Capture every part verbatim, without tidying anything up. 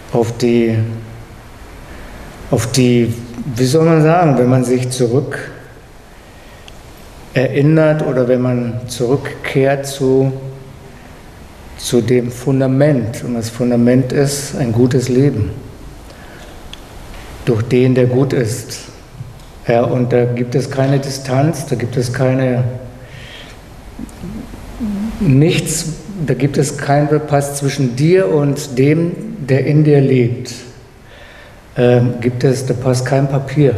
auf die, auf die, wie soll man sagen, wenn man sich zurück erinnert oder wenn man zurückkehrt zu, zu dem Fundament. Und das Fundament ist ein gutes Leben durch den, der gut ist. Ja, und da gibt es keine Distanz, da gibt es keine, nichts, da gibt es keinen Pass zwischen dir und dem, der in dir lebt. Ähm, gibt es, da passt kein Papier.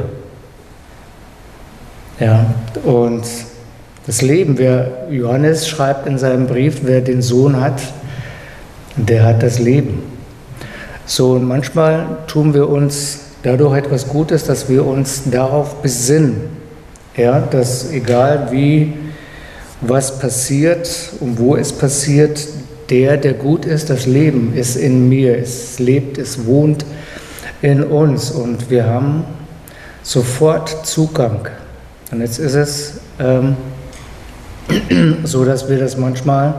Ja, und das Leben, wer, Johannes schreibt in seinem Brief, wer den Sohn hat, der hat das Leben. So, und manchmal tun wir uns dadurch etwas Gutes, dass wir uns darauf besinnen, ja, dass egal wie, was passiert und wo es passiert, der, der gut ist, das Leben ist in mir, es lebt, es wohnt in uns und wir haben sofort Zugang. Und jetzt ist es ähm, so, dass wir das manchmal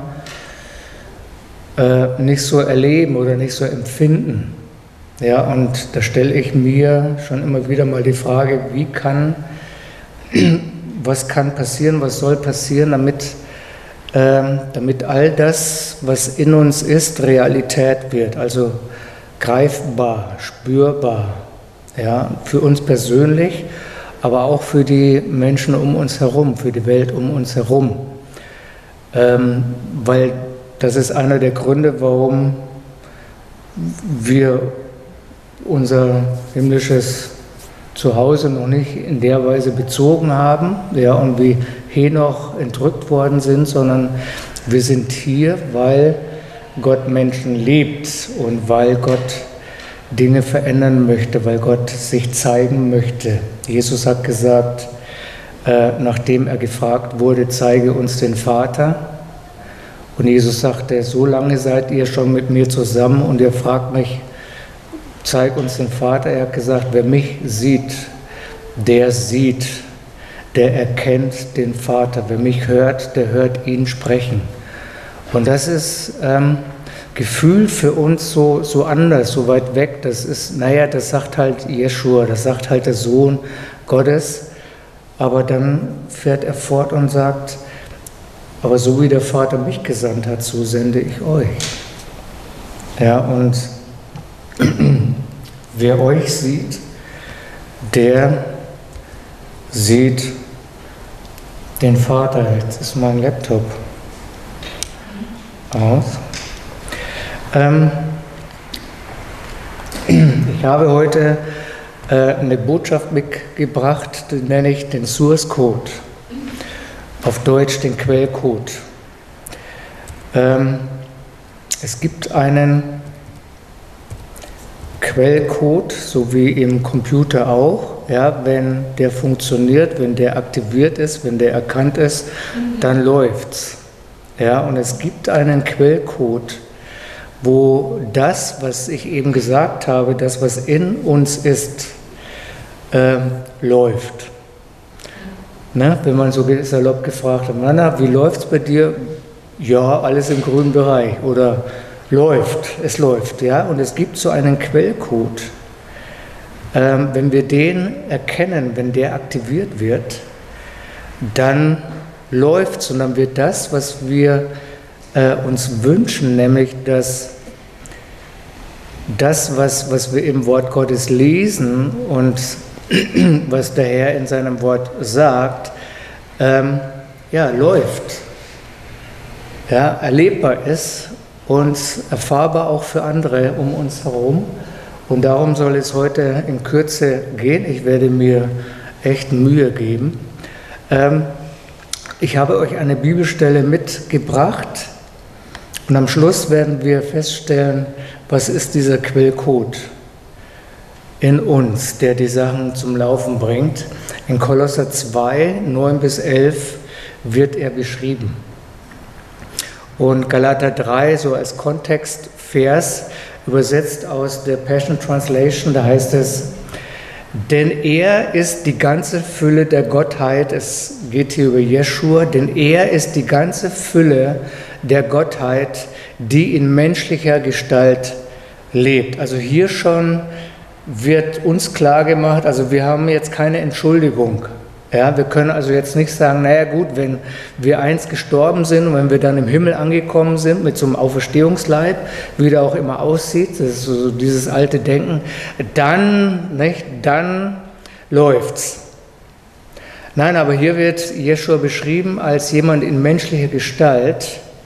äh, nicht so erleben oder nicht so empfinden. Ja, und da stelle ich mir schon immer wieder mal die Frage, wie kann, was kann passieren, was soll passieren, damit, ähm, damit all das, was in uns ist, Realität wird, also greifbar, spürbar, ja, für uns persönlich, aber auch für die Menschen um uns herum, für die Welt um uns herum. Ähm, weil das ist einer der Gründe, warum wir unser himmlisches Zuhause noch nicht in der Weise bezogen haben, ja, und wie Henoch entrückt worden sind, sondern wir sind hier, weil Gott Menschen liebt und weil Gott Dinge verändern möchte, weil Gott sich zeigen möchte. Jesus hat gesagt, äh, nachdem er gefragt wurde, zeige uns den Vater. Und Jesus sagte, so lange seid ihr schon mit mir zusammen und ihr fragt mich, zeig uns den Vater. Er hat gesagt, wer mich sieht, der sieht, der erkennt den Vater. Wer mich hört, der hört ihn sprechen. Und das ist ähm, Gefühl für uns so, so anders, so weit weg. Das ist, naja, das sagt halt Jeschua, das sagt halt der Sohn Gottes. Aber dann fährt er fort und sagt, aber so wie der Vater mich gesandt hat, so sende ich euch. Ja, und wer euch sieht, der sieht den Vater. Jetzt ist mein Laptop aus. Ähm, ich habe heute äh, eine Botschaft mitgebracht, die nenne ich den Source Code. Auf Deutsch den Quellcode. Ähm, es gibt einen Quellcode, so wie im Computer auch, ja, wenn der funktioniert, wenn der aktiviert ist, wenn der erkannt ist, dann läuft's. Ja, und es gibt einen Quellcode, wo das, was ich eben gesagt habe, das, was in uns ist, äh, läuft. Ne? Wenn man so salopp gefragt hat, Nana, wie läuft's bei dir? Ja, alles im grünen Bereich. Oder läuft, es läuft, ja, und es gibt so einen Quellcode. Ähm, wenn wir den erkennen, wenn der aktiviert wird, dann läuft es und dann wird das, was wir äh, uns wünschen, nämlich dass das, was, was wir im Wort Gottes lesen und was der Herr in seinem Wort sagt, ähm, ja, läuft, ja, erlebbar ist und erfahrbar auch für andere um uns herum. Und darum soll es heute in Kürze gehen. Ich werde mir echt Mühe geben. Ähm, ich habe euch eine Bibelstelle mitgebracht und am Schluss werden wir feststellen, was ist dieser Quellcode in uns, der die Sachen zum Laufen bringt. In Kolosser zwei, neun bis elf wird er beschrieben. Und Galater drei, so als Kontextvers, übersetzt aus der Passion Translation, da heißt es, denn er ist die ganze Fülle der Gottheit, es geht hier über Jeschua, denn er ist die ganze Fülle der Gottheit, die in menschlicher Gestalt lebt. Also hier schon wird uns klar gemacht, also wir haben jetzt keine Entschuldigung. Ja, wir können also jetzt nicht sagen, naja gut, wenn wir einst gestorben sind und wenn wir dann im Himmel angekommen sind mit so einem Auferstehungsleib, wie der auch immer aussieht, das ist so dieses alte Denken, dann, nicht, dann läuft's. Nein, aber hier wird Jeschua beschrieben als jemand in menschlicher Gestalt,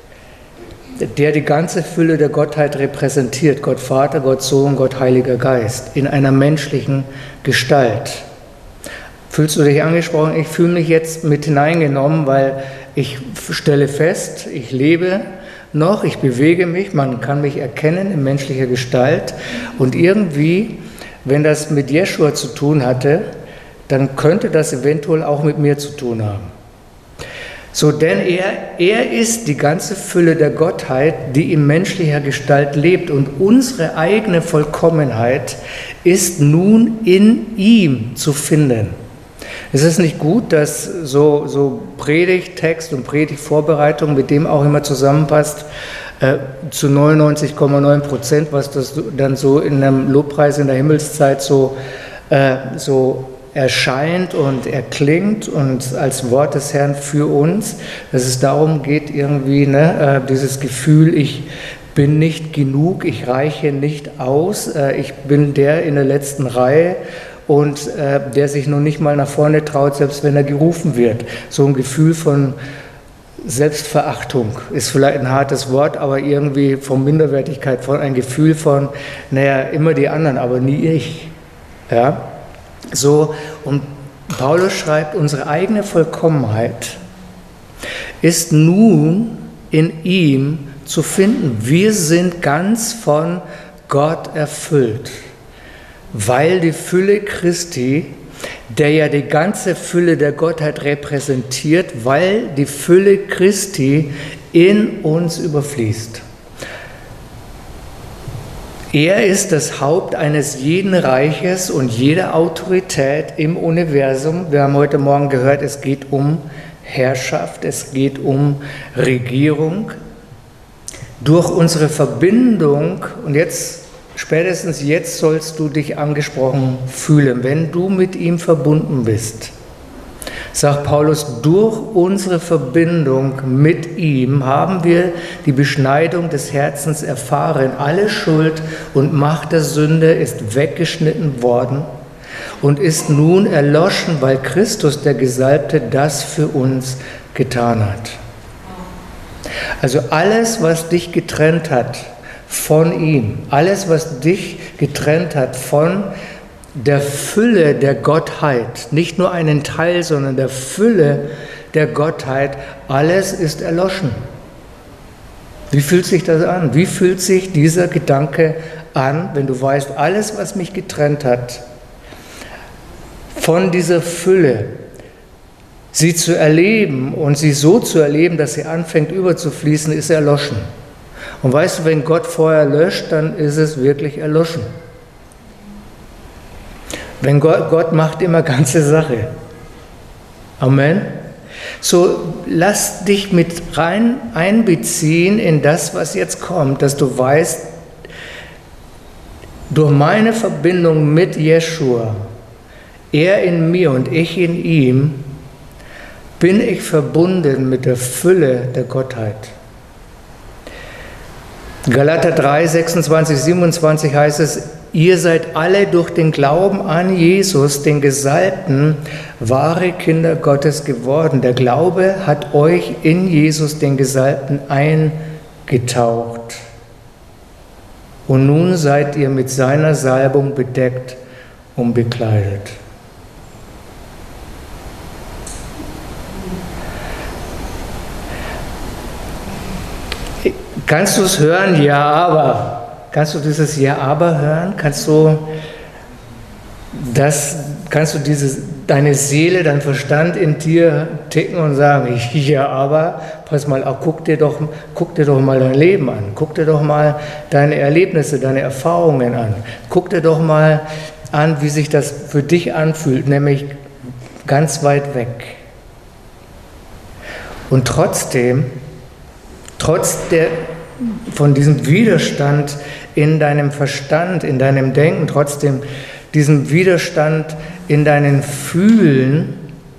der die ganze Fülle der Gottheit repräsentiert, Gott Vater, Gott Sohn, Gott Heiliger Geist, in einer menschlichen Gestalt. Fühlst du dich angesprochen? Ich fühle mich jetzt mit hineingenommen, weil ich stelle fest, ich lebe noch, ich bewege mich, man kann mich erkennen in menschlicher Gestalt und irgendwie, wenn das mit Jeschua zu tun hatte, dann könnte das eventuell auch mit mir zu tun haben. So, denn er, er ist die ganze Fülle der Gottheit, die in menschlicher Gestalt lebt und unsere eigene Vollkommenheit ist nun in ihm zu finden. Es ist nicht gut, dass so, so Predigttext und Predigtvorbereitung mit dem auch immer zusammenpasst, äh, zu neunundneunzig Komma neun Prozent, was das dann so in einem Lobpreis in der Himmelszeit so, äh, so erscheint und erklingt und als Wort des Herrn für uns, dass es darum geht, irgendwie ne, äh, dieses Gefühl, ich bin nicht genug, ich reiche nicht aus, äh, ich bin der in der letzten Reihe und äh, der sich noch nicht mal nach vorne traut, selbst wenn er gerufen wird. So ein Gefühl von Selbstverachtung ist vielleicht ein hartes Wort, aber irgendwie von Minderwertigkeit, von ein Gefühl von, naja, immer die anderen, aber nie ich. Ja? So, und Paulus schreibt, unsere eigene Vollkommenheit ist nun in ihm zu finden. Wir sind ganz von Gott erfüllt. Weil die Fülle Christi, der ja die ganze Fülle der Gottheit repräsentiert, weil die Fülle Christi in uns überfließt. Er ist das Haupt eines jeden Reiches und jeder Autorität im Universum. Wir haben heute Morgen gehört, es geht um Herrschaft, es geht um Regierung. Durch unsere Verbindung, und jetzt spätestens jetzt sollst du dich angesprochen fühlen, wenn du mit ihm verbunden bist. Sagt Paulus, durch unsere Verbindung mit ihm haben wir die Beschneidung des Herzens erfahren. Alle Schuld und Macht der Sünde ist weggeschnitten worden und ist nun erloschen, weil Christus, der Gesalbte, das für uns getan hat. Also alles, was dich getrennt hat von ihm, alles, was dich getrennt hat von der Fülle der Gottheit, nicht nur einen Teil, sondern der Fülle der Gottheit, alles ist erloschen. Wie fühlt sich das an? Wie fühlt sich dieser Gedanke an, wenn du weißt, alles, was mich getrennt hat von dieser Fülle, sie zu erleben und sie so zu erleben, dass sie anfängt überzufließen, ist erloschen. Und weißt du, wenn Gott Feuer löscht, dann ist es wirklich erloschen. Wenn Gott, Gott macht immer ganze Sache. Amen. So, lass dich mit rein einbeziehen in das, was jetzt kommt, dass du weißt, durch meine Verbindung mit Jeschua, er in mir und ich in ihm, bin ich verbunden mit der Fülle der Gottheit. Galater drei, sechsundzwanzig, siebenundzwanzig heißt es, ihr seid alle durch den Glauben an Jesus, den Gesalbten, wahre Kinder Gottes geworden. Der Glaube hat euch in Jesus, den Gesalbten, eingetaucht. Und nun seid ihr mit seiner Salbung bedeckt und bekleidet. Kannst du es hören? Ja, aber. Kannst du dieses Ja, aber hören? Kannst du das, kannst du dieses, deine Seele, dein Verstand in dir ticken und sagen, ja, aber, pass mal, auch, guck dir doch, guck dir doch mal dein Leben an. Guck dir doch mal deine Erlebnisse, deine Erfahrungen an. Guck dir doch mal an, wie sich das für dich anfühlt, nämlich ganz weit weg. Und trotzdem, trotz der, von diesem Widerstand in deinem Verstand, in deinem Denken, trotzdem diesen Widerstand in deinen Fühlen,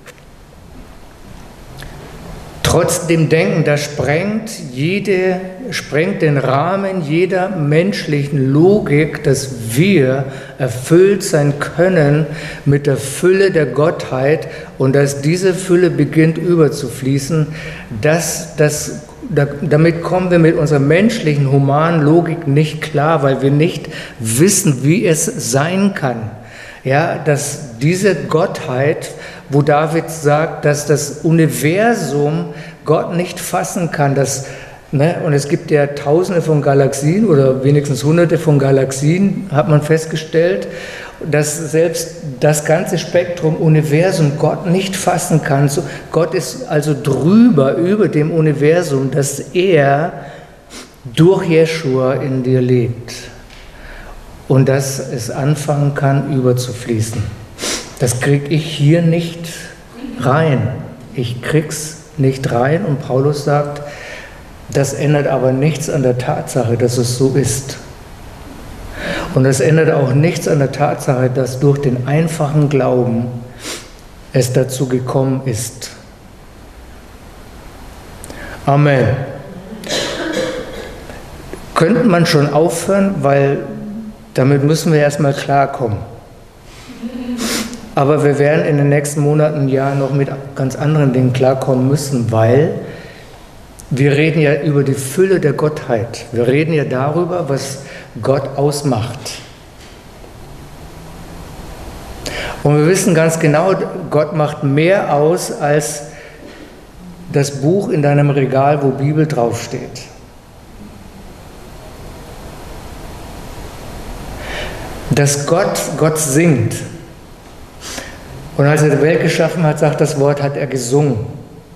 trotz dem Denken, das sprengt, jede, sprengt den Rahmen jeder menschlichen Logik, dass wir erfüllt sein können mit der Fülle der Gottheit und dass diese Fülle beginnt überzufließen. Das, das, da, damit kommen wir mit unserer menschlichen, humanen Logik nicht klar, weil wir nicht wissen, wie es sein kann. Ja, dass diese Gottheit, wo David sagt, dass das Universum Gott nicht fassen kann, dass, ne, und es gibt ja tausende von Galaxien oder wenigstens hunderte von Galaxien, hat man festgestellt, dass selbst das ganze Spektrum Universum Gott nicht fassen kann. So, Gott ist also drüber, über dem Universum, dass er durch Jeschua in dir lebt und dass es anfangen kann, überzufließen. Das kriege ich hier nicht rein. Ich krieg's nicht rein und Paulus sagt, das ändert aber nichts an der Tatsache, dass es so ist. Und es ändert auch nichts an der Tatsache, dass durch den einfachen Glauben es dazu gekommen ist. Amen. Könnte man schon aufhören, weil damit müssen wir erstmal klarkommen. Aber wir werden in den nächsten Monaten ja noch mit ganz anderen Dingen klarkommen müssen, weil wir reden ja über die Fülle der Gottheit. Wir reden ja darüber, was Gott ausmacht. Und wir wissen ganz genau, Gott macht mehr aus als das Buch in deinem Regal, wo Bibel draufsteht. Dass Gott Gott singt. Und als er die Welt geschaffen hat, sagt das Wort, hat er gesungen.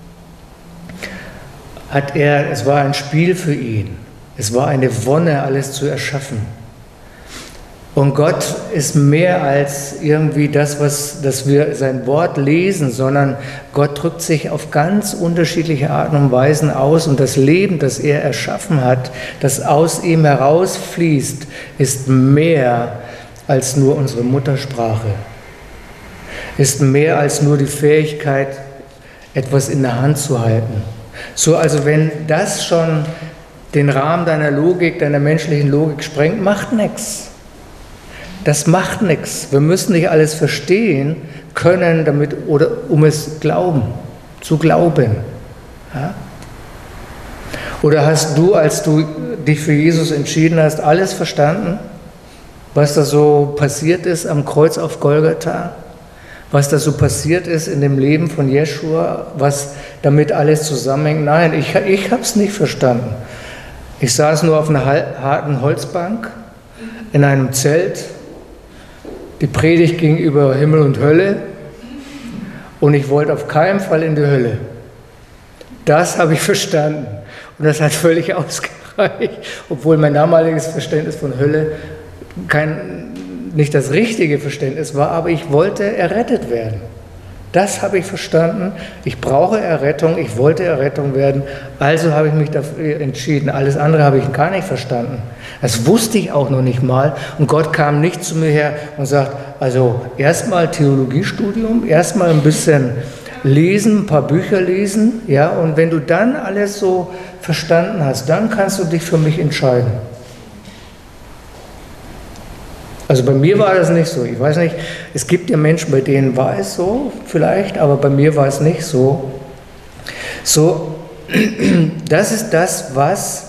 Hat er, es war ein Spiel für ihn. Es war eine Wonne, alles zu erschaffen. Und Gott ist mehr als irgendwie das, was, dass wir sein Wort lesen, sondern Gott drückt sich auf ganz unterschiedliche Arten und Weisen aus. Und das Leben, das er erschaffen hat, das aus ihm herausfließt, ist mehr als nur unsere Muttersprache. Ist mehr als nur die Fähigkeit, etwas in der Hand zu halten. So, also wenn das schon den Rahmen deiner Logik, deiner menschlichen Logik sprengt, macht nichts. Das macht nichts. Wir müssen nicht alles verstehen können, damit, oder um es glauben, zu glauben. Ja? Oder hast du, als du dich für Jesus entschieden hast, alles verstanden, was da so passiert ist am Kreuz auf Golgatha? Was da so passiert ist in dem Leben von Jeschua, was damit alles zusammenhängt. Nein, ich, ich habe es nicht verstanden. Ich saß nur auf einer harten Holzbank in einem Zelt. Die Predigt ging über Himmel und Hölle und ich wollte auf keinen Fall in die Hölle. Das habe ich verstanden und das hat völlig ausgereicht, obwohl mein damaliges Verständnis von Hölle kein nicht das richtige Verständnis war, aber ich wollte errettet werden. Das habe ich verstanden. Ich brauche Errettung, ich wollte Errettung werden, also habe ich mich dafür entschieden. Alles andere habe ich gar nicht verstanden. Das wusste ich auch noch nicht mal. Und Gott kam nicht zu mir her und sagt, also erstmal Theologiestudium, erstmal ein bisschen lesen, ein paar Bücher lesen, ja, und wenn du dann alles so verstanden hast, dann kannst du dich für mich entscheiden. Also bei mir war das nicht so. Ich weiß nicht, es gibt ja Menschen, bei denen war es so vielleicht, aber bei mir war es nicht so. So, das ist das, was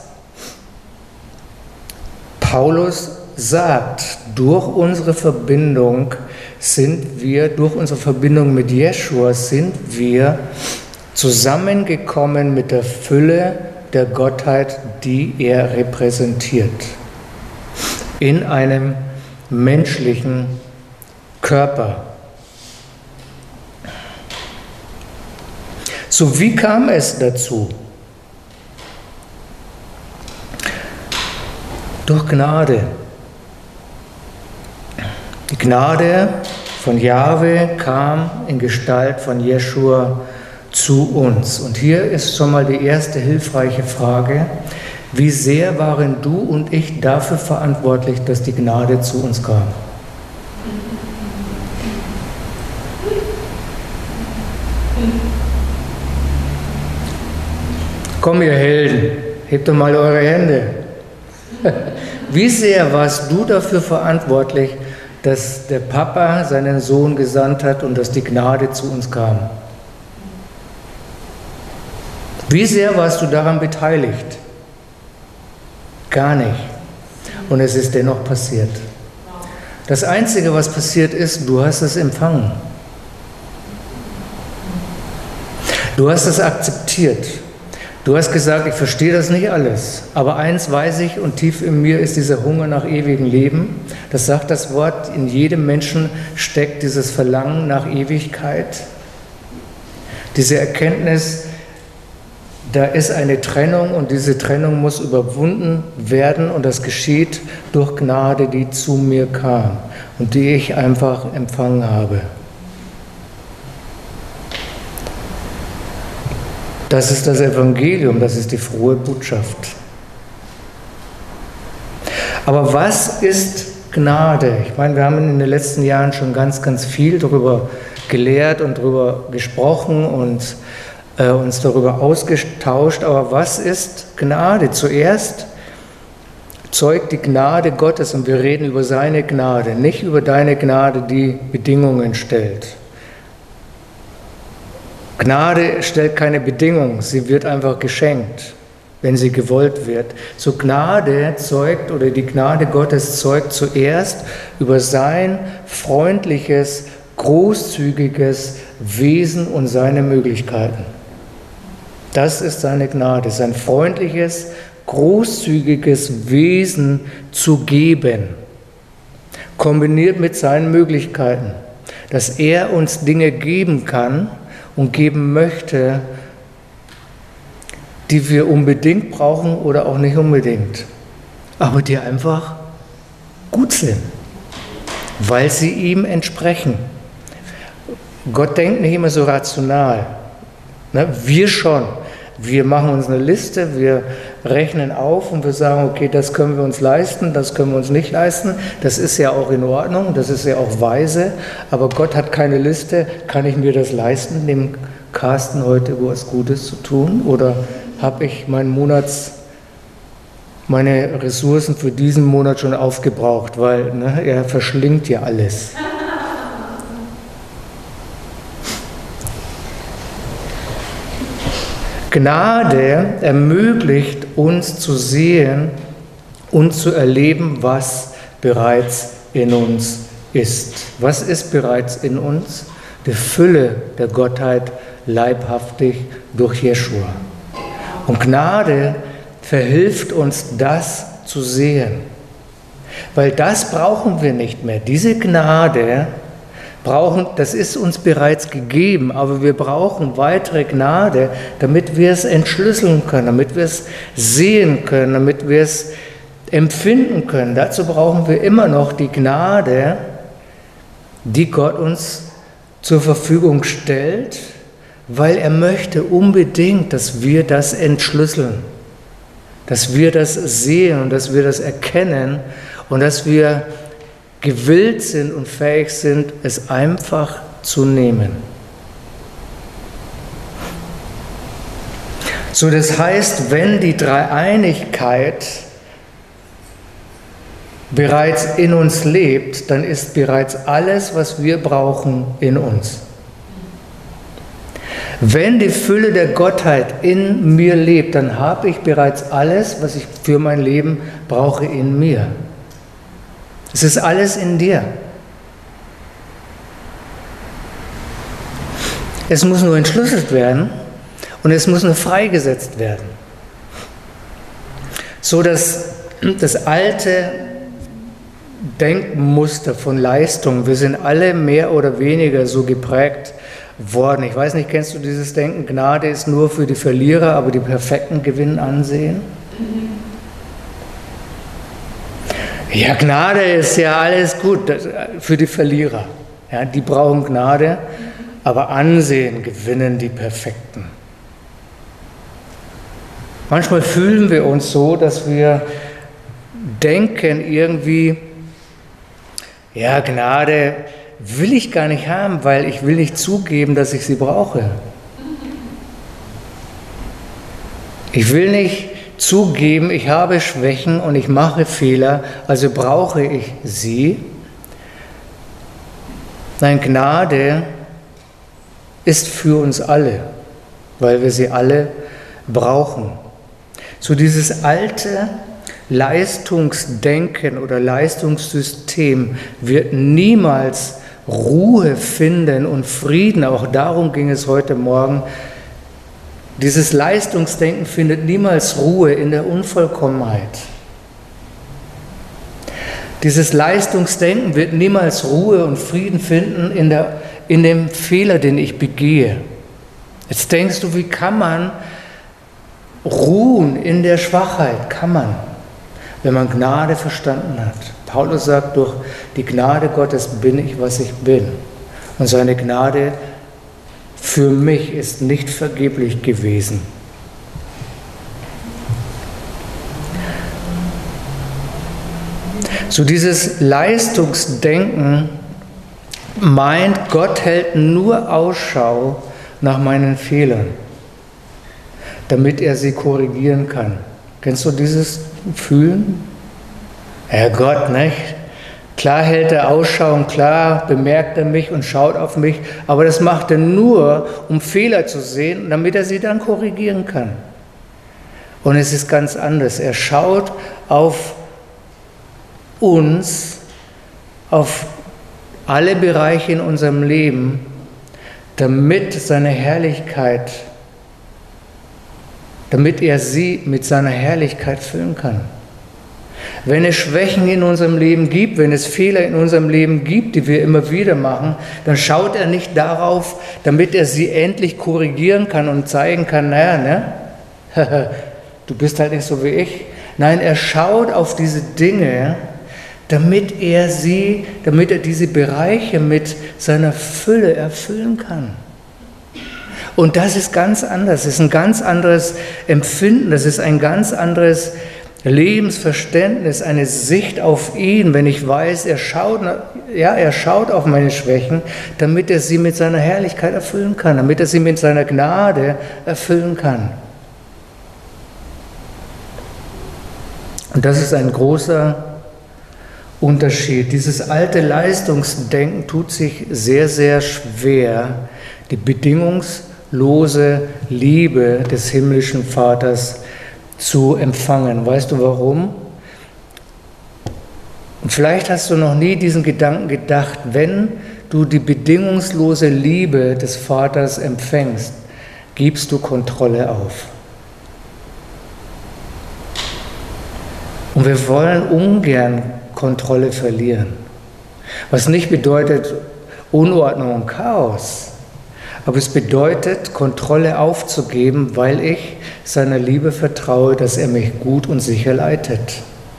Paulus sagt. Durch unsere Verbindung sind wir, durch unsere Verbindung mit Jeschua sind wir zusammengekommen mit der Fülle der Gottheit, die er repräsentiert. In einem menschlichen Körper. So, wie kam es dazu? Durch Gnade. Die Gnade von Jahwe kam in Gestalt von Jeschua zu uns. Und hier ist schon mal die erste hilfreiche Frage. Wie sehr waren du und ich dafür verantwortlich, dass die Gnade zu uns kam? Komm, ihr Helden, hebt doch mal eure Hände. Wie sehr warst du dafür verantwortlich, dass der Papa seinen Sohn gesandt hat und dass die Gnade zu uns kam? Wie sehr warst du daran beteiligt? Gar nicht. Und es ist dennoch passiert. Das Einzige, was passiert ist, du hast es empfangen. Du hast es akzeptiert. Du hast gesagt, ich verstehe das nicht alles, aber eins weiß ich und tief in mir ist dieser Hunger nach ewigem Leben. Das sagt das Wort, in jedem Menschen steckt dieses Verlangen nach Ewigkeit. Diese Erkenntnis, da ist eine Trennung und diese Trennung muss überwunden werden und das geschieht durch Gnade, die zu mir kam und die ich einfach empfangen habe. Das ist das Evangelium, das ist die frohe Botschaft. Aber was ist Gnade? Ich meine, wir haben in den letzten Jahren schon ganz, ganz viel darüber gelehrt und darüber gesprochen und äh, uns darüber ausgetauscht. Aber was ist Gnade? Zuerst zeugt die Gnade Gottes und wir reden über seine Gnade, nicht über deine Gnade, die Bedingungen stellt. Gnade stellt keine Bedingung, sie wird einfach geschenkt, wenn sie gewollt wird. So Gnade zeugt oder die Gnade Gottes zeugt zuerst über sein freundliches, großzügiges Wesen und seine Möglichkeiten. Das ist seine Gnade, sein freundliches, großzügiges Wesen zu geben, kombiniert mit seinen Möglichkeiten, dass er uns Dinge geben kann, und geben möchte, die wir unbedingt brauchen oder auch nicht unbedingt, aber die einfach gut sind, weil sie ihm entsprechen. Gott denkt nicht immer so rational, ne? Wir schon. Wir machen uns eine Liste, wir rechnen auf und wir sagen, okay, das können wir uns leisten, das können wir uns nicht leisten. Das ist ja auch in Ordnung, das ist ja auch weise, aber Gott hat keine Liste. Kann ich mir das leisten, dem Carsten heute was Gutes zu tun? Oder habe ich meinen Monats, meine Ressourcen für diesen Monat schon aufgebraucht, weil ne, er verschlingt ja alles. Gnade ermöglicht uns zu sehen und zu erleben, was bereits in uns ist. Was ist bereits in uns? Die Fülle der Gottheit leibhaftig durch Jeschua. Und Gnade verhilft uns, das zu sehen. Weil das brauchen wir nicht mehr. Diese Gnade brauchen, das ist uns bereits gegeben, aber wir brauchen weitere Gnade, damit wir es entschlüsseln können, damit wir es sehen können, damit wir es empfinden können. Dazu brauchen wir immer noch die Gnade, die Gott uns zur Verfügung stellt, weil er möchte unbedingt, dass wir das entschlüsseln, dass wir das sehen und dass wir das erkennen und dass wir gewillt sind und fähig sind, es einfach zu nehmen. So, das heißt, wenn die Dreieinigkeit bereits in uns lebt, dann ist bereits alles, was wir brauchen, in uns. Wenn die Fülle der Gottheit in mir lebt, dann habe ich bereits alles, was ich für mein Leben brauche, in mir. Es ist alles in dir. Es muss nur entschlüsselt werden und es muss nur freigesetzt werden. So dass das alte Denkmuster von Leistung, wir sind alle mehr oder weniger so geprägt worden. Ich weiß nicht, kennst du dieses Denken, Gnade ist nur für die Verlierer, aber die Perfekten gewinnen Ansehen? Ja, Gnade ist ja alles gut für die Verlierer. Ja, die brauchen Gnade, aber Ansehen gewinnen die Perfekten. Manchmal fühlen wir uns so, dass wir denken irgendwie, ja, Gnade will ich gar nicht haben, weil ich will nicht zugeben, dass ich sie brauche. Ich will nicht zugeben, ich habe Schwächen und ich mache Fehler, also brauche ich sie. Nein, Gnade ist für uns alle, weil wir sie alle brauchen. So dieses alte Leistungsdenken oder Leistungssystem wird niemals Ruhe finden und Frieden. Auch darum ging es heute Morgen. Dieses Leistungsdenken findet niemals Ruhe in der Unvollkommenheit. Dieses Leistungsdenken wird niemals Ruhe und Frieden finden in, der, in dem Fehler, den ich begehe. Jetzt denkst du, wie kann man ruhen in der Schwachheit? Kann man, wenn man Gnade verstanden hat. Paulus sagt, durch die Gnade Gottes bin ich, was ich bin. Und seine Gnade für mich ist nicht vergeblich gewesen. So dieses Leistungsdenken meint, Gott hält nur Ausschau nach meinen Fehlern, damit er sie korrigieren kann. Kennst du dieses Fühlen? Herrgott, nicht? Klar hält er Ausschau und klar bemerkt er mich und schaut auf mich, aber das macht er nur, um Fehler zu sehen, damit er sie dann korrigieren kann. Und es ist ganz anders. Er schaut auf uns, auf alle Bereiche in unserem Leben, damit seine Herrlichkeit, damit er sie mit seiner Herrlichkeit füllen kann. Wenn es Schwächen in unserem Leben gibt, wenn es Fehler in unserem Leben gibt, die wir immer wieder machen, dann schaut er nicht darauf, damit er sie endlich korrigieren kann und zeigen kann, naja, ne? Du bist halt nicht so wie ich. Nein, er schaut auf diese Dinge, damit er sie, damit er diese Bereiche mit seiner Fülle erfüllen kann. Und das ist ganz anders, das ist ein ganz anderes Empfinden, das ist ein ganz anderes Lebensverständnis, eine Sicht auf ihn, wenn ich weiß, er schaut, ja, er schaut auf meine Schwächen, damit er sie mit seiner Herrlichkeit erfüllen kann, damit er sie mit seiner Gnade erfüllen kann. Und das ist ein großer Unterschied. Dieses alte Leistungsdenken tut sich sehr, sehr schwer, die bedingungslose Liebe des himmlischen Vaters zu empfangen. Weißt du warum? Und vielleicht hast du noch nie diesen Gedanken gedacht, wenn du die bedingungslose Liebe des Vaters empfängst, gibst du Kontrolle auf. Und wir wollen ungern Kontrolle verlieren. Was nicht bedeutet Unordnung und Chaos, aber es bedeutet, Kontrolle aufzugeben, weil ich seiner Liebe vertraue, dass er mich gut und sicher leitet.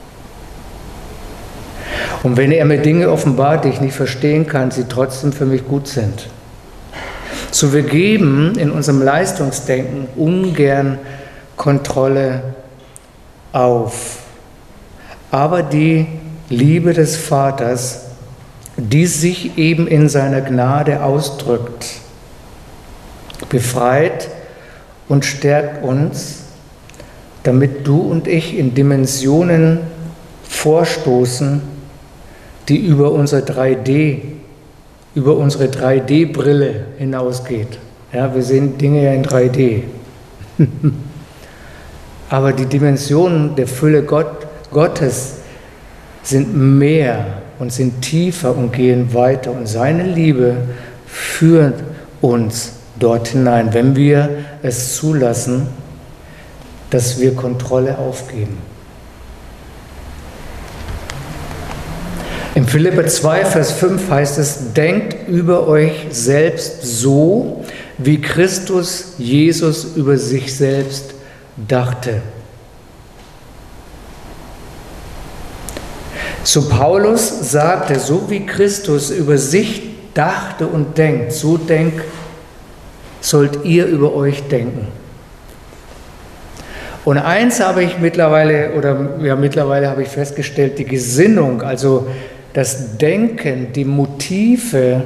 Und wenn er mir Dinge offenbart, die ich nicht verstehen kann, sie trotzdem für mich gut sind. So, wir geben in unserem Leistungsdenken ungern Kontrolle auf. Aber die Liebe des Vaters, die sich eben in seiner Gnade ausdrückt, befreit und stärkt uns, damit du und ich in Dimensionen vorstoßen, die über unser drei D, über unsere drei D-Brille hinausgeht. Ja, wir sehen Dinge ja in drei D. Aber die Dimensionen der Fülle Gott, Gottes sind mehr und sind tiefer und gehen weiter. Und seine Liebe führt uns dort hinein, wenn wir es zulassen, dass wir Kontrolle aufgeben. Im Philipper zwei, Vers fünf heißt es, denkt über euch selbst so, wie Christus Jesus über sich selbst dachte. So Paulus sagte, so wie Christus über sich dachte und denkt, so denkt, sollt ihr über euch denken. Und eins habe ich mittlerweile, oder ja, mittlerweile habe ich festgestellt, die Gesinnung, also das Denken, die Motive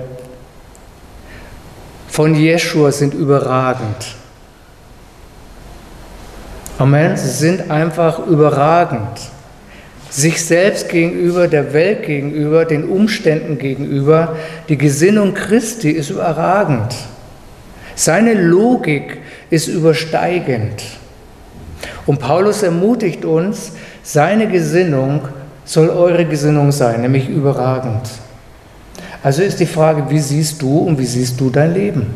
von Jeschua sind überragend. Amen. Sie sind einfach überragend. Sich selbst gegenüber, der Welt gegenüber, den Umständen gegenüber. Die Gesinnung Christi ist überragend. Seine Logik ist übersteigend. Und Paulus ermutigt uns, seine Gesinnung soll eure Gesinnung sein, nämlich überragend. Also ist die Frage, wie siehst du und wie siehst du dein Leben?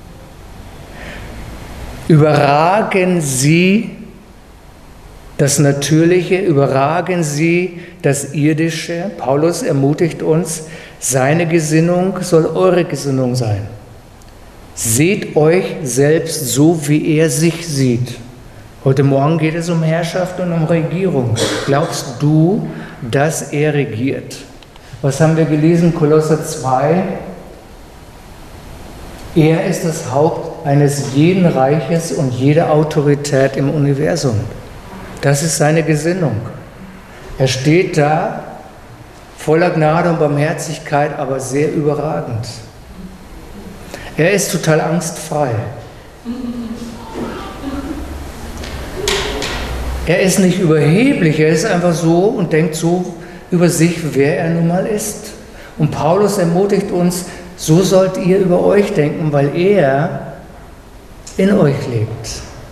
Überragen sie das Natürliche, überragen sie das Irdische? Paulus ermutigt uns, seine Gesinnung soll eure Gesinnung sein. Seht euch selbst so, wie er sich sieht. Heute Morgen geht es um Herrschaft und um Regierung. Glaubst du, dass er regiert? Was haben wir gelesen? Kolosser zwei. Er ist das Haupt eines jeden Reiches und jeder Autorität im Universum. Das ist seine Gesinnung. Er steht da voller Gnade und Barmherzigkeit, aber sehr überragend. Er ist total angstfrei. Er ist nicht überheblich, er ist einfach so und denkt so über sich, wer er nun mal ist. Und Paulus ermutigt uns, so sollt ihr über euch denken, weil er in euch lebt.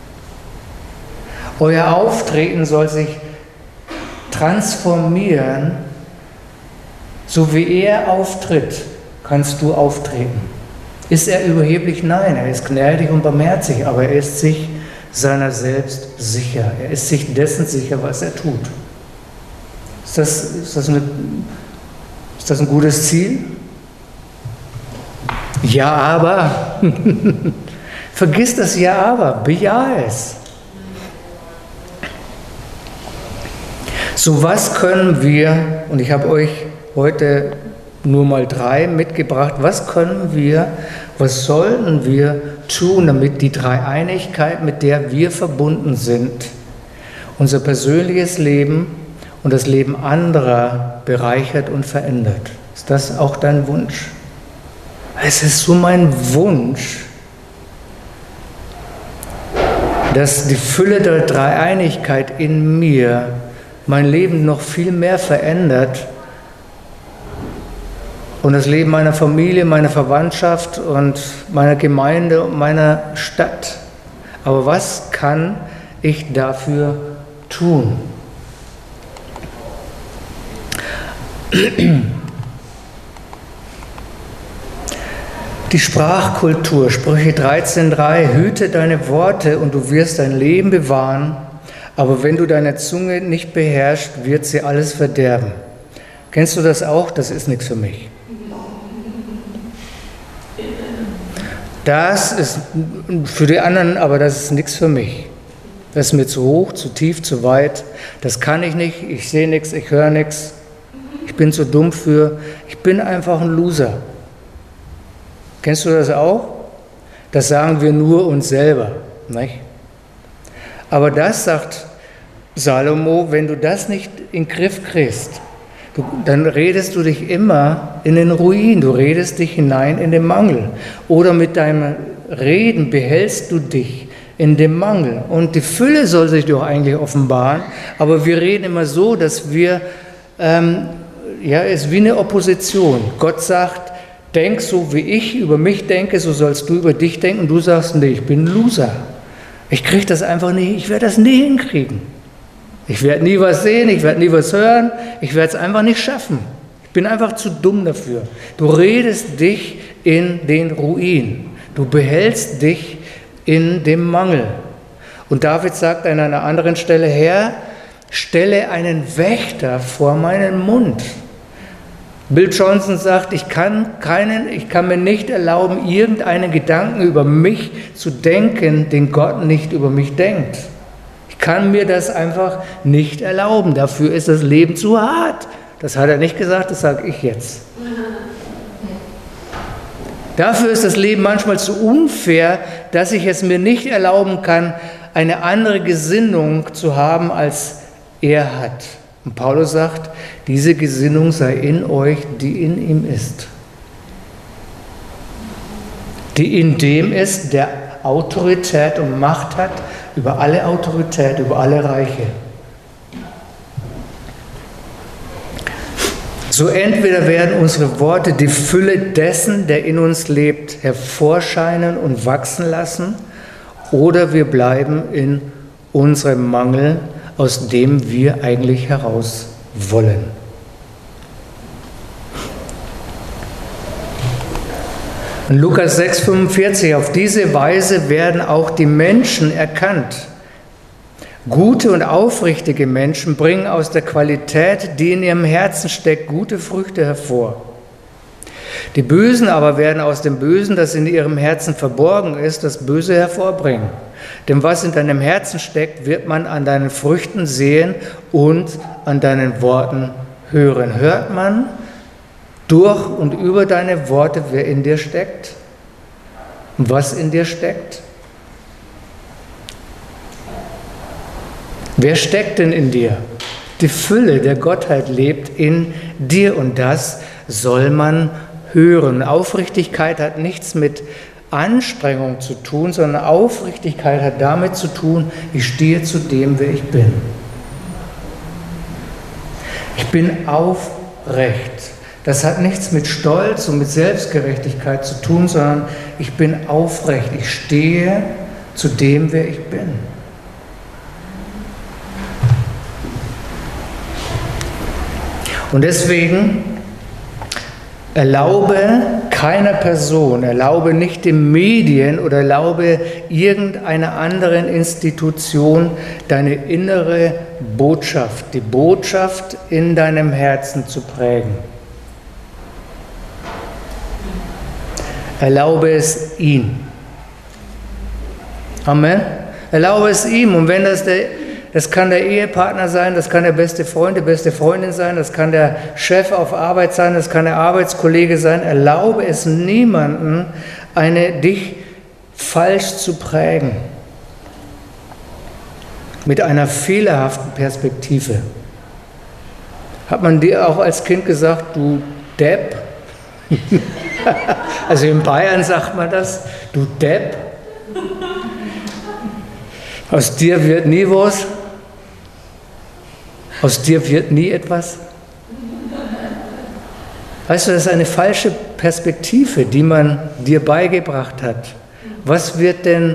Euer Auftreten soll sich transformieren, so wie er auftritt, kannst du auftreten. Ist er überheblich? Nein, er ist gnädig und barmherzig, aber er ist sich seiner selbst sicher. Er ist sich dessen sicher, was er tut. Ist das, ist das, eine, ist das ein gutes Ziel? Ja, aber. Vergiss das Ja, aber. Bejahe es. So was können wir, und ich habe euch heute nur mal drei mitgebracht, was können wir, was sollten wir tun, damit die Dreieinigkeit, mit der wir verbunden sind, unser persönliches Leben und das Leben anderer bereichert und verändert. Ist das auch dein Wunsch? Es ist so mein Wunsch, dass die Fülle der Dreieinigkeit in mir mein Leben noch viel mehr verändert und das Leben meiner Familie, meiner Verwandtschaft und meiner Gemeinde und meiner Stadt. Aber was kann ich dafür tun? Die Sprachkultur, Sprüche dreizehn drei, hüte deine Worte und du wirst dein Leben bewahren, aber wenn du deine Zunge nicht beherrschst, wird sie alles verderben. Kennst du das auch? Das ist nichts für mich. Das ist für die anderen, aber das ist nichts für mich. Das ist mir zu hoch, zu tief, zu weit. Das kann ich nicht, ich sehe nichts, ich höre nichts. Ich bin zu dumm für, ich bin einfach ein Loser. Kennst du das auch? Das sagen wir nur uns selber, nicht? Aber das sagt Salomo, wenn du das nicht in den Griff kriegst, du, dann redest du dich immer in den Ruin, du redest dich hinein in den Mangel. Oder mit deinem Reden behältst du dich in dem Mangel. Und die Fülle soll sich doch eigentlich offenbaren, aber wir reden immer so, dass wir, ähm, ja, es ist wie eine Opposition. Gott sagt, denk so, wie ich über mich denke, so sollst du über dich denken. Und du sagst, nee, ich bin ein Loser. Ich kriege das einfach nicht, ich werde das nie hinkriegen. Ich werde nie was sehen, ich werde nie was hören, ich werde es einfach nicht schaffen. Ich bin einfach zu dumm dafür. Du redest dich in den Ruin. Du behältst dich in dem Mangel. Und David sagt an einer anderen Stelle, Herr, stelle einen Wächter vor meinen Mund. Bill Johnson sagt, ich kann, keinen, ich kann mir nicht erlauben, irgendeinen Gedanken über mich zu denken, den Gott nicht über mich denkt. Ich kann mir das einfach nicht erlauben. Dafür ist das Leben zu hart. Das hat er nicht gesagt, das sage ich jetzt. Dafür ist das Leben manchmal zu unfair, dass ich es mir nicht erlauben kann, eine andere Gesinnung zu haben, als er hat. Und Paulus sagt, diese Gesinnung sei in euch, die in ihm ist. Die in dem ist, der Autorität und Macht hat über alle Autorität, über alle Reiche. So entweder werden unsere Worte die Fülle dessen, der in uns lebt, hervorscheinen und wachsen lassen, oder wir bleiben in unserem Mangel, aus dem wir eigentlich heraus wollen. In Lukas sechs fünfundvierzig, auf diese Weise werden auch die Menschen erkannt. Gute und aufrichtige Menschen bringen aus der Qualität, die in ihrem Herzen steckt, gute Früchte hervor. Die Bösen aber werden aus dem Bösen, das in ihrem Herzen verborgen ist, das Böse hervorbringen. Denn was in deinem Herzen steckt, wird man an deinen Früchten sehen und an deinen Worten hören. Hört man durch und über deine Worte, wer in dir steckt und was in dir steckt? Wer steckt denn in dir? Die Fülle der Gottheit lebt in dir und das soll man hören. Aufrichtigkeit hat nichts mit Anstrengung zu tun, sondern Aufrichtigkeit hat damit zu tun, ich stehe zu dem, wer ich bin. Ich bin aufrecht. Das hat nichts mit Stolz und mit Selbstgerechtigkeit zu tun, sondern ich bin aufrecht. Ich stehe zu dem, wer ich bin. Und deswegen erlaube keiner Person, erlaube nicht den Medien oder erlaube irgendeiner anderen Institution deine innere Botschaft, die Botschaft in deinem Herzen zu prägen. Erlaube es ihm. Amen. Erlaube es ihm. Und wenn das der Das kann der Ehepartner sein, das kann der beste Freund, die beste Freundin sein, das kann der Chef auf Arbeit sein, das kann der Arbeitskollege sein. Erlaube es niemandem, eine, dich falsch zu prägen. Mit einer fehlerhaften Perspektive. Hat man dir auch als Kind gesagt, du Depp? Also in Bayern sagt man das, du Depp. Aus dir wird nie was. Aus dir wird nie etwas. Weißt du, das ist eine falsche Perspektive, die man dir beigebracht hat. Was wird denn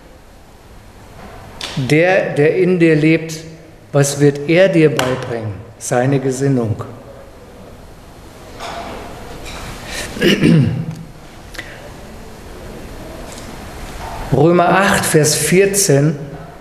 der, der in dir lebt, was wird er dir beibringen? Seine Gesinnung. Römer acht, Vers vierzehn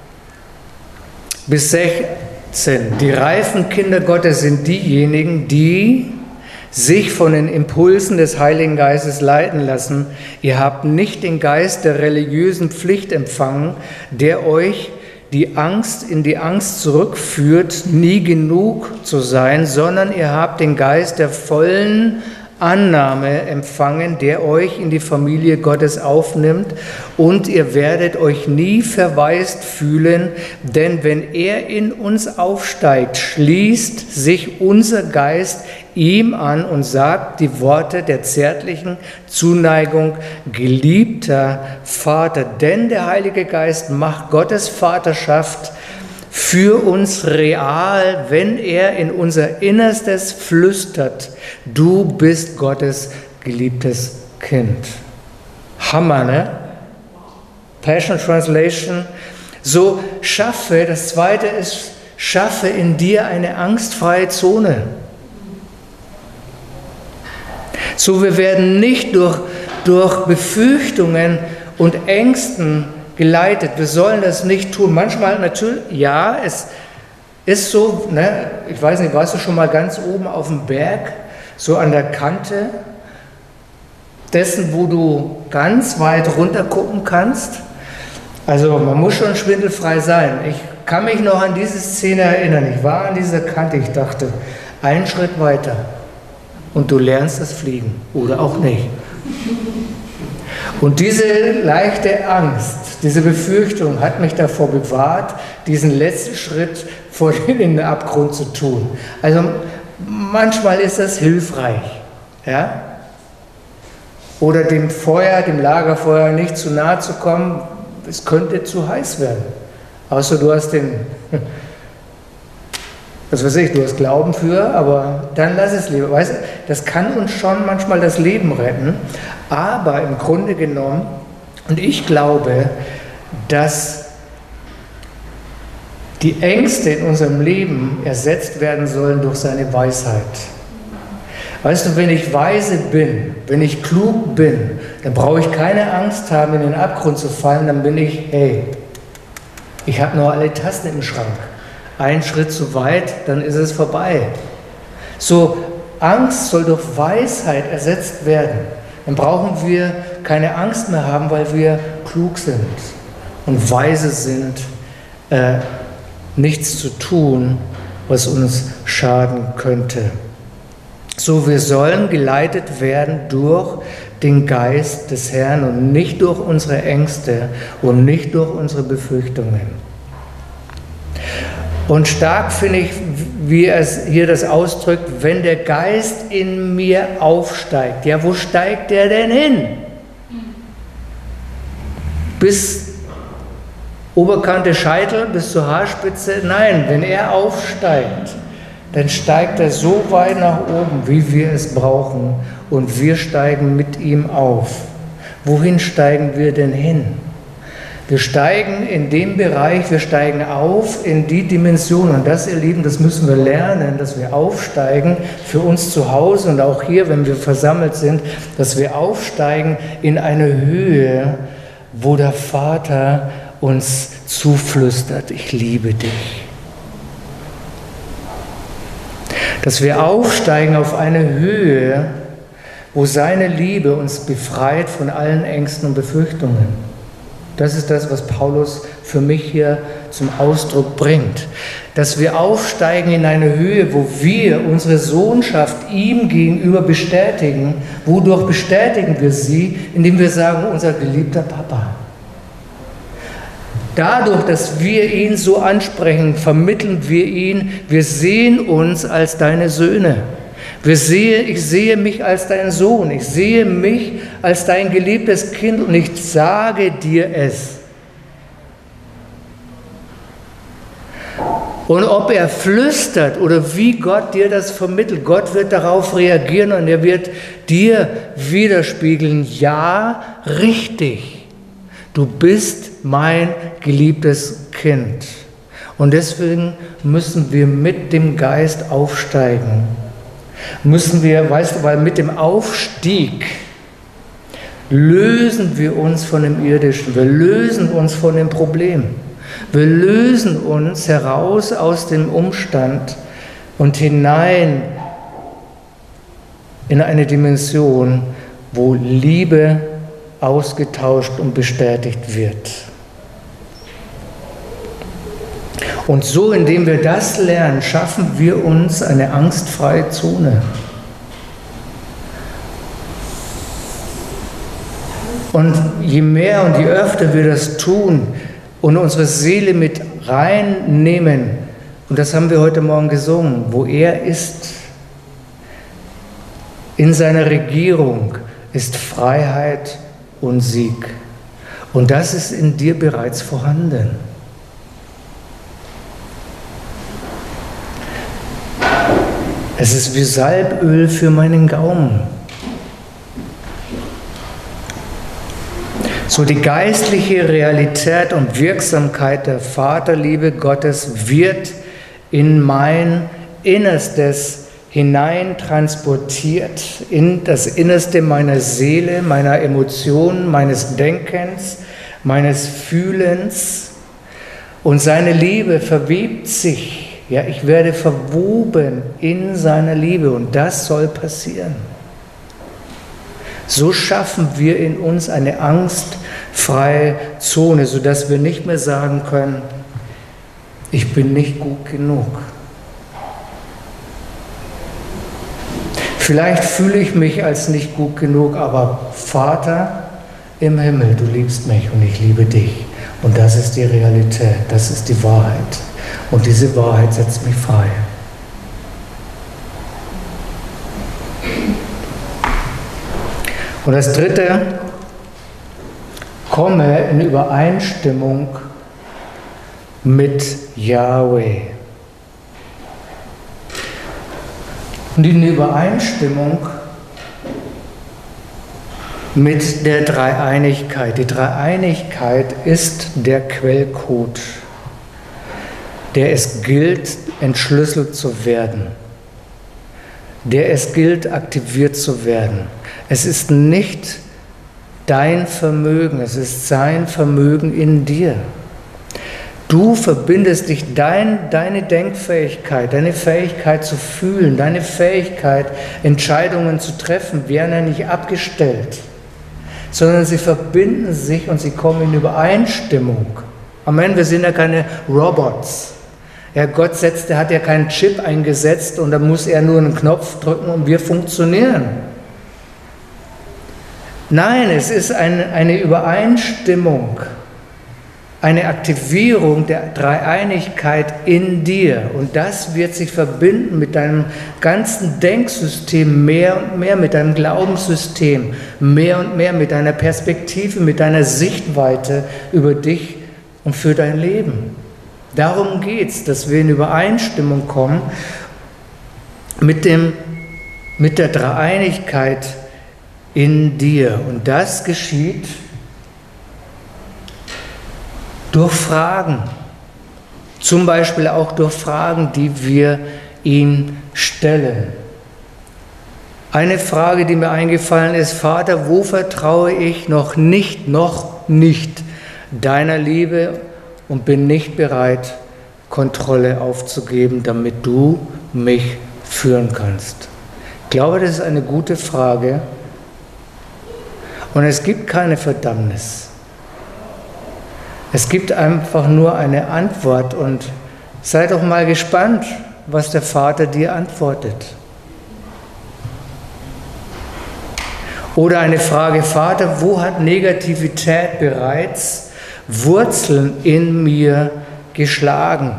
bis sechzehn. Die reifen Kinder Gottes sind diejenigen, die sich von den Impulsen des Heiligen Geistes leiten lassen. Ihr habt nicht den Geist der religiösen Pflicht empfangen, der euch die Angst in die Angst zurückführt, nie genug zu sein, sondern ihr habt den Geist der vollen Annahme empfangen, der euch in die Familie Gottes aufnimmt, und ihr werdet euch nie verwaist fühlen, denn wenn er in uns aufsteigt, schließt sich unser Geist ihm an und sagt die Worte der zärtlichen Zuneigung, geliebter Vater, denn der Heilige Geist macht Gottes Vaterschaft für uns real, wenn er in unser Innerstes flüstert, du bist Gottes geliebtes Kind. Hammer, ne? Passion Translation. So schaffe, das zweite ist, schaffe in dir eine angstfreie Zone. So, wir werden nicht durch, durch Befürchtungen und Ängsten geleitet. Wir sollen das nicht tun. Manchmal natürlich, ja, es ist so, ne, ich weiß nicht, warst du schon mal ganz oben auf dem Berg, so an der Kante dessen, wo du ganz weit runter gucken kannst? Also man muss schon schwindelfrei sein. Ich kann mich noch an diese Szene erinnern. Ich war an dieser Kante, ich dachte, einen Schritt weiter und du lernst das Fliegen oder auch nicht. Und diese leichte Angst, diese Befürchtung hat mich davor bewahrt, diesen letzten Schritt vor in den Abgrund zu tun. Also manchmal ist das hilfreich, ja? Oder dem Feuer, dem Lagerfeuer nicht zu nahe zu kommen, es könnte zu heiß werden. Außer du hast den, was weiß ich, du hast Glauben für, aber dann lass es lieber. Weißt du, das kann uns schon manchmal das Leben retten, aber im Grunde genommen, und ich glaube, dass die Ängste in unserem Leben ersetzt werden sollen durch seine Weisheit. Weißt du, wenn ich weise bin, wenn ich klug bin, dann brauche ich keine Angst haben, in den Abgrund zu fallen, dann bin ich, hey, ich habe nur alle Tasten im Schrank. Ein Schritt zu weit, dann ist es vorbei. So, Angst soll durch Weisheit ersetzt werden. Dann brauchen wir keine Angst mehr haben, weil wir klug sind und weise sind, äh, nichts zu tun, was uns schaden könnte. So, wir sollen geleitet werden durch den Geist des Herrn und nicht durch unsere Ängste und nicht durch unsere Befürchtungen. Und stark finde ich, wie er es hier das ausdrückt, wenn der Geist in mir aufsteigt. Ja, wo steigt der denn hin? Bis Oberkante Scheitel, bis zur Haarspitze? Nein, wenn er aufsteigt, dann steigt er so weit nach oben, wie wir es brauchen. Und wir steigen mit ihm auf. Wohin steigen wir denn hin? Wir steigen in dem Bereich, wir steigen auf in die Dimension. Und das, ihr Lieben, das müssen wir lernen, dass wir aufsteigen für uns zu Hause und auch hier, wenn wir versammelt sind, dass wir aufsteigen in eine Höhe, wo der Vater uns zuflüstert, ich liebe dich. Dass wir aufsteigen auf eine Höhe, wo seine Liebe uns befreit von allen Ängsten und Befürchtungen. Das ist das, was Paulus für mich hier zum Ausdruck bringt. Dass wir aufsteigen in eine Höhe, wo wir unsere Sohnschaft ihm gegenüber bestätigen. Wodurch bestätigen wir sie? Indem wir sagen, unser geliebter Papa. Dadurch, dass wir ihn so ansprechen, vermitteln wir ihn, wir sehen uns als deine Söhne. Wir sehe, ich sehe mich als dein Sohn, ich sehe mich als dein geliebtes Kind und ich sage dir es. Und ob er flüstert oder wie Gott dir das vermittelt, Gott wird darauf reagieren und er wird dir widerspiegeln, ja, richtig, du bist mein geliebtes Kind. Und deswegen müssen wir mit dem Geist aufsteigen. Müssen wir, weißt du, weil mit dem Aufstieg lösen wir uns von dem Irdischen, wir lösen uns von dem Problem, wir lösen uns heraus aus dem Umstand und hinein in eine Dimension, wo Liebe ausgetauscht und bestätigt wird. Und so, indem wir das lernen, schaffen wir uns eine angstfreie Zone. Und je mehr und je öfter wir das tun und unsere Seele mit reinnehmen, und das haben wir heute Morgen gesungen, wo er ist, in seiner Regierung ist Freiheit und Sieg. Und das ist in dir bereits vorhanden. Es ist wie Salböl für meinen Gaumen. So die geistliche Realität und Wirksamkeit der Vaterliebe Gottes wird in mein Innerstes hineintransportiert, in das Innerste meiner Seele, meiner Emotionen, meines Denkens, meines Fühlens. Und seine Liebe verwebt sich. Ja, ich werde verwoben in seiner Liebe und das soll passieren. So schaffen wir in uns eine angstfreie Zone, sodass wir nicht mehr sagen können, ich bin nicht gut genug. Vielleicht fühle ich mich als nicht gut genug, aber Vater, im Himmel, du liebst mich und ich liebe dich. Und das ist die Realität, das ist die Wahrheit. Und diese Wahrheit setzt mich frei. Und das Dritte, komme in Übereinstimmung mit Yahweh. Und in Übereinstimmung mit der Dreieinigkeit. Die Dreieinigkeit ist der Quellcode, der es gilt, entschlüsselt zu werden, der es gilt, aktiviert zu werden. Es ist nicht dein Vermögen, es ist sein Vermögen in dir. Du verbindest dich, dein, deine Denkfähigkeit, deine Fähigkeit zu fühlen, deine Fähigkeit, Entscheidungen zu treffen, werden ja nicht abgestellt, sondern sie verbinden sich und sie kommen in Übereinstimmung. Amen, wir sind ja keine Robots. Ja, Gott setzt, der hat ja keinen Chip eingesetzt und da muss er nur einen Knopf drücken und wir funktionieren. Nein, es ist eine, eine Übereinstimmung, eine Aktivierung der Dreieinigkeit in dir. Und das wird sich verbinden mit deinem ganzen Denksystem mehr und mehr, mit deinem Glaubenssystem mehr und mehr, mit deiner Perspektive, mit deiner Sichtweite über dich und für dein Leben. Darum geht es, dass wir in Übereinstimmung kommen mit, dem, mit der Dreieinigkeit in dir. Und das geschieht durch Fragen. Zum Beispiel auch durch Fragen, die wir ihn stellen. Eine Frage, die mir eingefallen ist: Vater, wo vertraue ich noch nicht, noch nicht deiner Liebe und bin nicht bereit, Kontrolle aufzugeben, damit du mich führen kannst? Ich glaube, das ist eine gute Frage. Und es gibt keine Verdammnis. Es gibt einfach nur eine Antwort und sei doch mal gespannt, was der Vater dir antwortet. Oder eine Frage: Vater, wo hat Negativität bereits Wurzeln in mir geschlagen?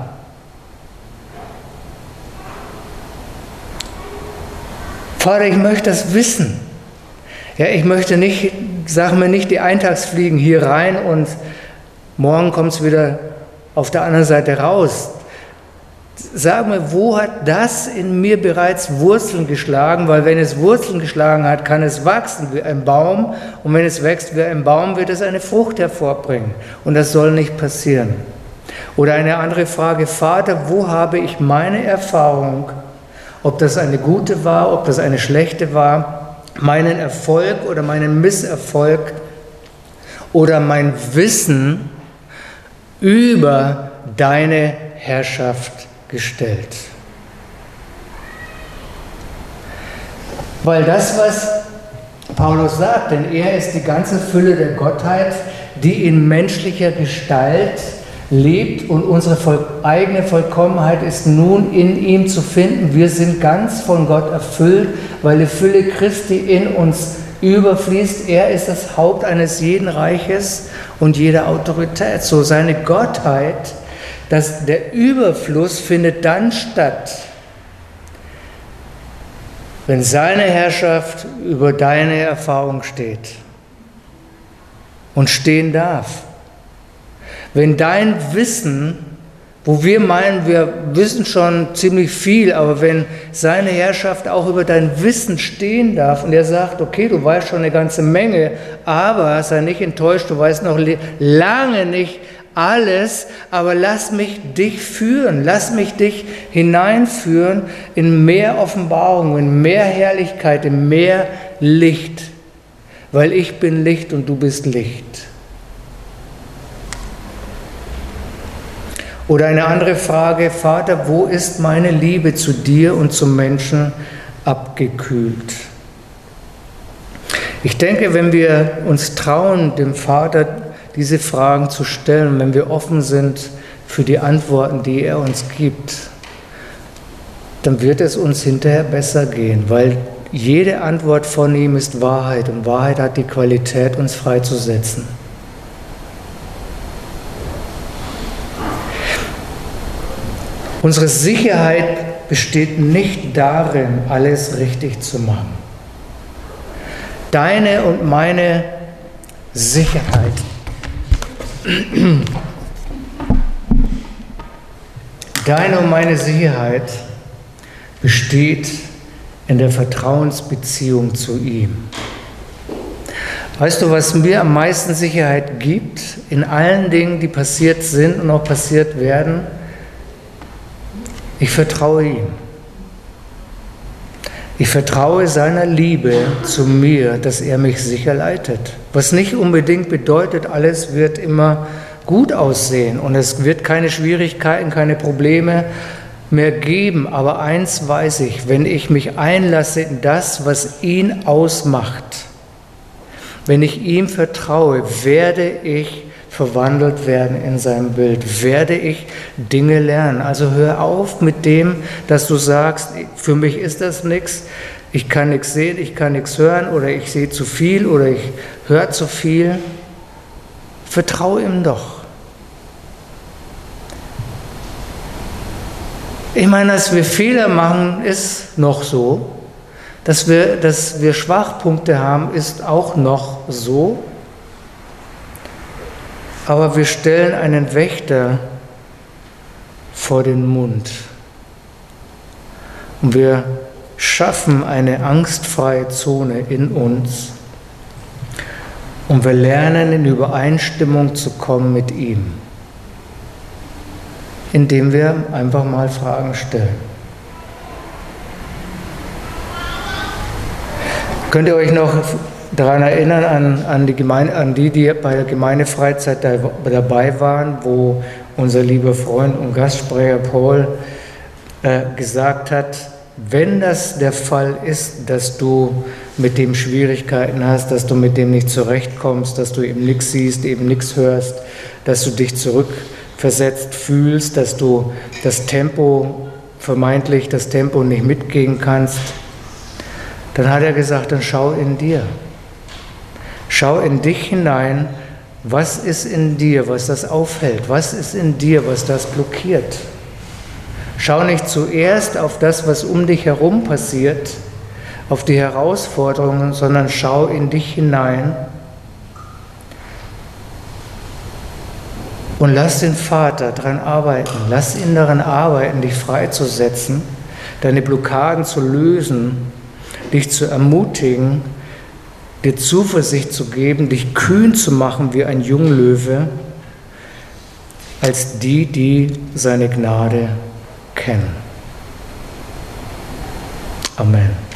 Vater, ich möchte das wissen. Ja, ich möchte nicht, sag mir nicht, die Eintagsfliegen hier rein und morgen kommt es wieder auf der anderen Seite raus. Sag mir, wo hat das in mir bereits Wurzeln geschlagen? Weil wenn es Wurzeln geschlagen hat, kann es wachsen wie ein Baum. Und wenn es wächst wie ein Baum, wird es eine Frucht hervorbringen. Und das soll nicht passieren. Oder eine andere Frage: Vater, wo habe ich meine Erfahrung, ob das eine gute war, ob das eine schlechte war, meinen Erfolg oder meinen Misserfolg oder mein Wissen über deine Herrschaft gestellt? Weil das, was Paulus sagt, denn er ist die ganze Fülle der Gottheit, die in menschlicher Gestalt lebt, und unsere voll, eigene Vollkommenheit ist nun in ihm zu finden. Wir sind ganz von Gott erfüllt, weil die Fülle Christi in uns überfließt. Er ist das Haupt eines jeden Reiches und jeder Autorität. So seine Gottheit, dass der Überfluss findet dann statt, wenn seine Herrschaft über deine Erfahrung steht und stehen darf. Wenn dein Wissen, wo wir meinen, wir wissen schon ziemlich viel, aber wenn seine Herrschaft auch über dein Wissen stehen darf und er sagt: Okay, du weißt schon eine ganze Menge, aber sei nicht enttäuscht, du weißt noch lange nicht alles, aber lass mich dich führen, lass mich dich hineinführen in mehr Offenbarung, in mehr Herrlichkeit, in mehr Licht, weil ich bin Licht und du bist Licht. Oder eine andere Frage: Vater, wo ist meine Liebe zu dir und zum Menschen abgekühlt? Ich denke, wenn wir uns trauen, dem Vater diese Fragen zu stellen, wenn wir offen sind für die Antworten, die er uns gibt, dann wird es uns hinterher besser gehen, weil jede Antwort von ihm ist Wahrheit und Wahrheit hat die Qualität, uns freizusetzen. Unsere Sicherheit besteht nicht darin, alles richtig zu machen. Deine und meine Sicherheit Deine und meine Sicherheit besteht in der Vertrauensbeziehung zu ihm. Weißt du, was mir am meisten Sicherheit gibt in allen Dingen, die passiert sind und auch passiert werden? Ich vertraue ihm. Ich vertraue seiner Liebe zu mir, dass er mich sicher leitet. Was nicht unbedingt bedeutet, alles wird immer gut aussehen und es wird keine Schwierigkeiten, keine Probleme mehr geben. Aber eins weiß ich, wenn ich mich einlasse in das, was ihn ausmacht, wenn ich ihm vertraue, werde ich verwandelt werden in sein Bild, werde ich Dinge lernen. Also hör auf mit dem, dass du sagst, für mich ist das nichts, ich kann nichts sehen, ich kann nichts hören oder ich sehe zu viel oder ich höre zu viel. Vertraue ihm doch. Ich meine, dass wir Fehler machen, ist noch so. Dass wir, dass wir Schwachpunkte haben, ist auch noch so. Aber wir stellen einen Wächter vor den Mund. Und wir schaffen eine angstfreie Zone in uns. Und wir lernen, in Übereinstimmung zu kommen mit ihm. Indem wir einfach mal Fragen stellen. Könnt ihr euch noch daran erinnern, an, an, die Gemeinde, an die, die bei der Gemeindefreizeit da, dabei waren, wo unser lieber Freund und Gastsprecher Paul äh, gesagt hat, wenn das der Fall ist, dass du mit dem Schwierigkeiten hast, dass du mit dem nicht zurechtkommst, dass du eben nichts siehst, eben nichts hörst, dass du dich zurückversetzt fühlst, dass du das Tempo, vermeintlich das Tempo nicht mitgehen kannst, dann hat er gesagt, dann schau in dir. Schau in dich hinein, was ist in dir, was das aufhält, was ist in dir, was das blockiert. Schau nicht zuerst auf das, was um dich herum passiert, auf die Herausforderungen, sondern schau in dich hinein und lass den Vater daran arbeiten, lass ihn daran arbeiten, dich freizusetzen, deine Blockaden zu lösen, dich zu ermutigen, dir Zuversicht zu geben, dich kühn zu machen wie ein Junglöwe, als die, die seine Gnade kennen. Amen.